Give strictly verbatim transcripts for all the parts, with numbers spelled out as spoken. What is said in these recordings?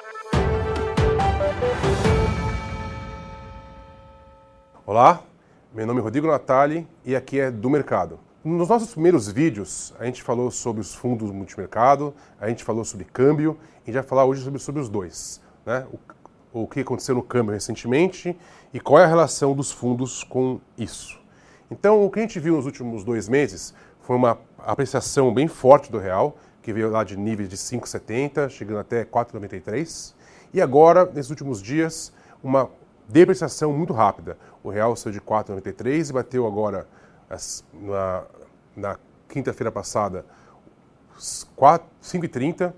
Olá, meu nome é Rodrigo Natali e aqui é Do Mercado. Nos nossos primeiros vídeos, a gente falou sobre os fundos multimercado, a gente falou sobre câmbio e já falar hoje sobre, sobre os dois. Né? O, o que aconteceu no câmbio recentemente e qual é a relação dos fundos com isso. Então, o que a gente viu nos últimos dois meses foi uma apreciação bem forte do real, que veio lá de níveis de cinco vírgula setenta, chegando até quatro vírgula noventa e três. E agora, nesses últimos dias, uma depreciação muito rápida. O real saiu de quatro vírgula noventa e três e bateu agora, na, na quinta-feira passada, cinco vírgula trinta,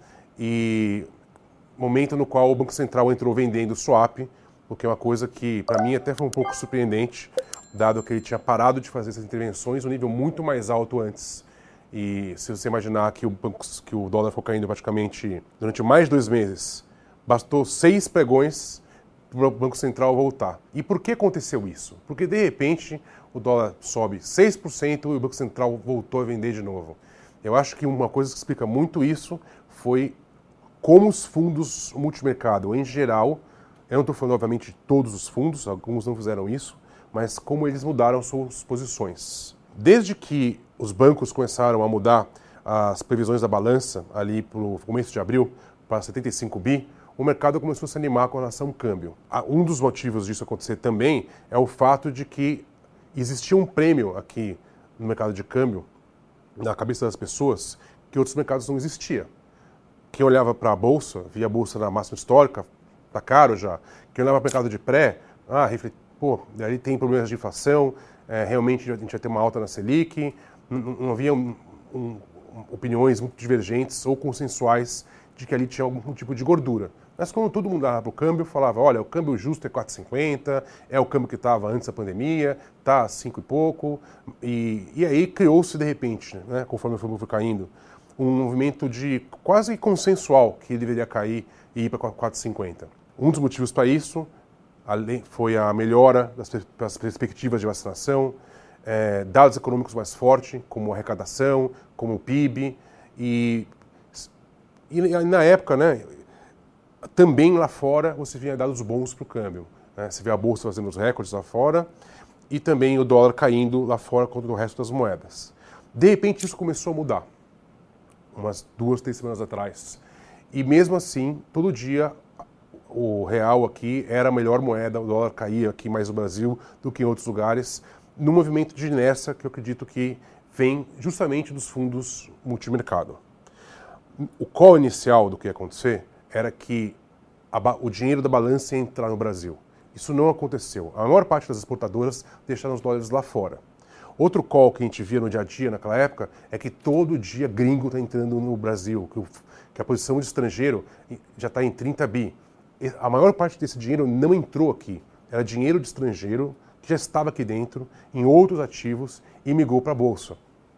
e momento no qual o Banco Central entrou vendendo swap, o que é uma coisa que, para mim, até foi um pouco surpreendente, dado que ele tinha parado de fazer essas intervenções um nível muito mais alto antes. E se você imaginar que o, banco, que o dólar ficou caindo praticamente durante mais de dois meses, bastou seis pregões para o Banco Central voltar. E por que aconteceu isso? Porque, de repente, o dólar sobe seis por cento e o Banco Central voltou a vender de novo. Eu acho que uma coisa que explica muito isso foi como os fundos multimercado, em geral, eu não estou falando, obviamente, de todos os fundos, alguns não fizeram isso, mas como eles mudaram suas posições. Desde que os bancos começaram a mudar as previsões da balança, ali para o começo de abril, para setenta e cinco bi, o mercado começou a se animar com relação ao câmbio. Um dos motivos disso acontecer também é o fato de que existia um prêmio aqui no mercado de câmbio, na cabeça das pessoas, que outros mercados não existia. Quem olhava para a Bolsa, via a Bolsa na máxima histórica, está caro já. Quem olhava para o mercado de pré, ah, reflet... pô, ali tem problemas de inflação, é, realmente a gente vai ter uma alta na Selic, não, não havia um, um, opiniões muito divergentes ou consensuais de que ali tinha algum tipo de gordura. Mas quando todo mundo dava para o câmbio, falava, olha, o câmbio justo é quatro vírgula cinquenta, é o câmbio que estava antes da pandemia, está a cinco e pouco, e, e aí criou-se de repente, né, conforme o câmbio foi caindo, um movimento de quase consensual que ele deveria cair e ir para quatro vírgula cinquenta. Um dos motivos para isso foi a melhora das, das perspectivas de vacinação, é, dados econômicos mais fortes, como arrecadação, como o P I B, e, e na época, né, também lá fora você via dados bons para o câmbio. Né? Você vê a bolsa fazendo os recordes lá fora e também o dólar caindo lá fora contra o resto das moedas. De repente isso começou a mudar, umas duas, três semanas atrás. E mesmo assim, todo dia o real aqui era a melhor moeda, o dólar caía aqui mais no Brasil do que em outros lugares, num movimento de inércia que eu acredito que vem justamente dos fundos multimercado. O call inicial do que ia acontecer era que a, o dinheiro da balança ia entrar no Brasil. Isso não aconteceu. A maior parte das exportadoras deixaram os dólares lá fora. Outro call que a gente via no dia a dia naquela época é que todo dia gringo está entrando no Brasil, que, o, que a posição de estrangeiro já está em trinta bi. A maior parte desse dinheiro não entrou aqui. Era dinheiro de estrangeiro que já estava aqui dentro, em outros ativos, e migrou para a Bolsa.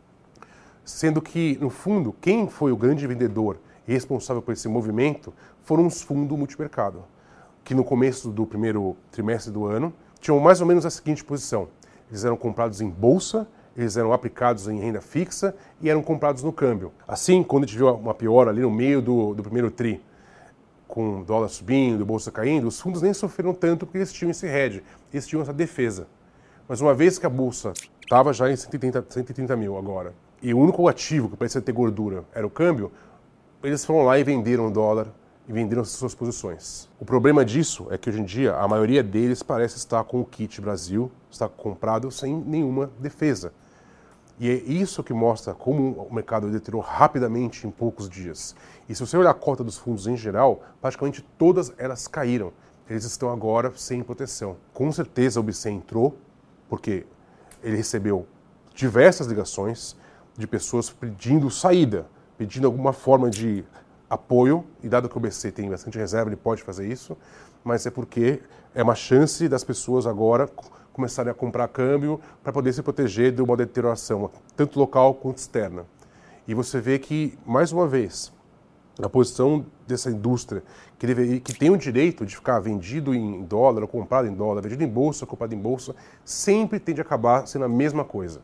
Sendo que, no fundo, quem foi o grande vendedor responsável por esse movimento foram os fundos multimercado, que no começo do primeiro trimestre do ano tinham mais ou menos a seguinte posição. Eles eram comprados em bolsa, eles eram aplicados em renda fixa e eram comprados no câmbio. Assim, quando a gente viu uma piora ali no meio do, do primeiro tri, com o dólar subindo, a bolsa caindo, os fundos nem sofreram tanto porque eles tinham esse hedge, eles tinham essa defesa. Mas uma vez que a bolsa estava já em cento e trinta mil agora, e o único ativo que parecia ter gordura era o câmbio, eles foram lá e venderam o dólar e venderam as suas posições. O problema disso é que hoje em dia a maioria deles parece estar com o kit Brasil, está comprado sem nenhuma defesa. E é isso que mostra como o mercado deteriorou rapidamente em poucos dias. E se você olhar a cota dos fundos em geral, praticamente todas elas caíram. Eles estão agora sem proteção. Com certeza o B C entrou, porque ele recebeu diversas ligações de pessoas pedindo saída, pedindo alguma forma de apoio, e dado que o B C tem bastante reserva, ele pode fazer isso, mas é porque é uma chance das pessoas agora começarem a comprar câmbio para poder se proteger de uma deterioração, tanto local quanto externa. E você vê que, mais uma vez, a posição dessa indústria, que, deve, que tem o direito de ficar vendido em dólar, ou comprado em dólar, vendido em bolsa, comprado em bolsa, sempre tende a acabar sendo a mesma coisa.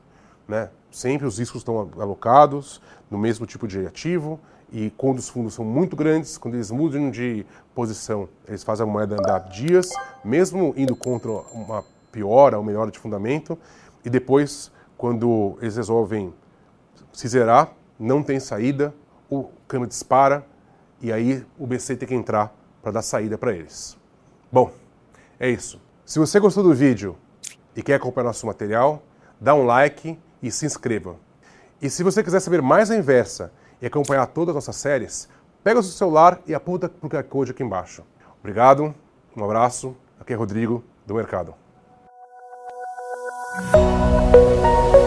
né? Sempre os riscos estão alocados no mesmo tipo de ativo, e quando os fundos são muito grandes, quando eles mudam de posição, eles fazem a moeda andar dias, mesmo indo contra uma piora ou melhora de fundamento, e depois, quando eles resolvem se zerar, não tem saída, o câmbio dispara, e aí o B C tem que entrar para dar saída para eles. Bom, é isso. Se você gostou do vídeo e quer acompanhar nosso material, dá um like e se inscreva. E se você quiser saber mais a inversa e acompanhar todas as nossas séries, pega o seu celular e aponta para o Q R Code aqui embaixo. Obrigado, um abraço, aqui é Rodrigo, do Mercado.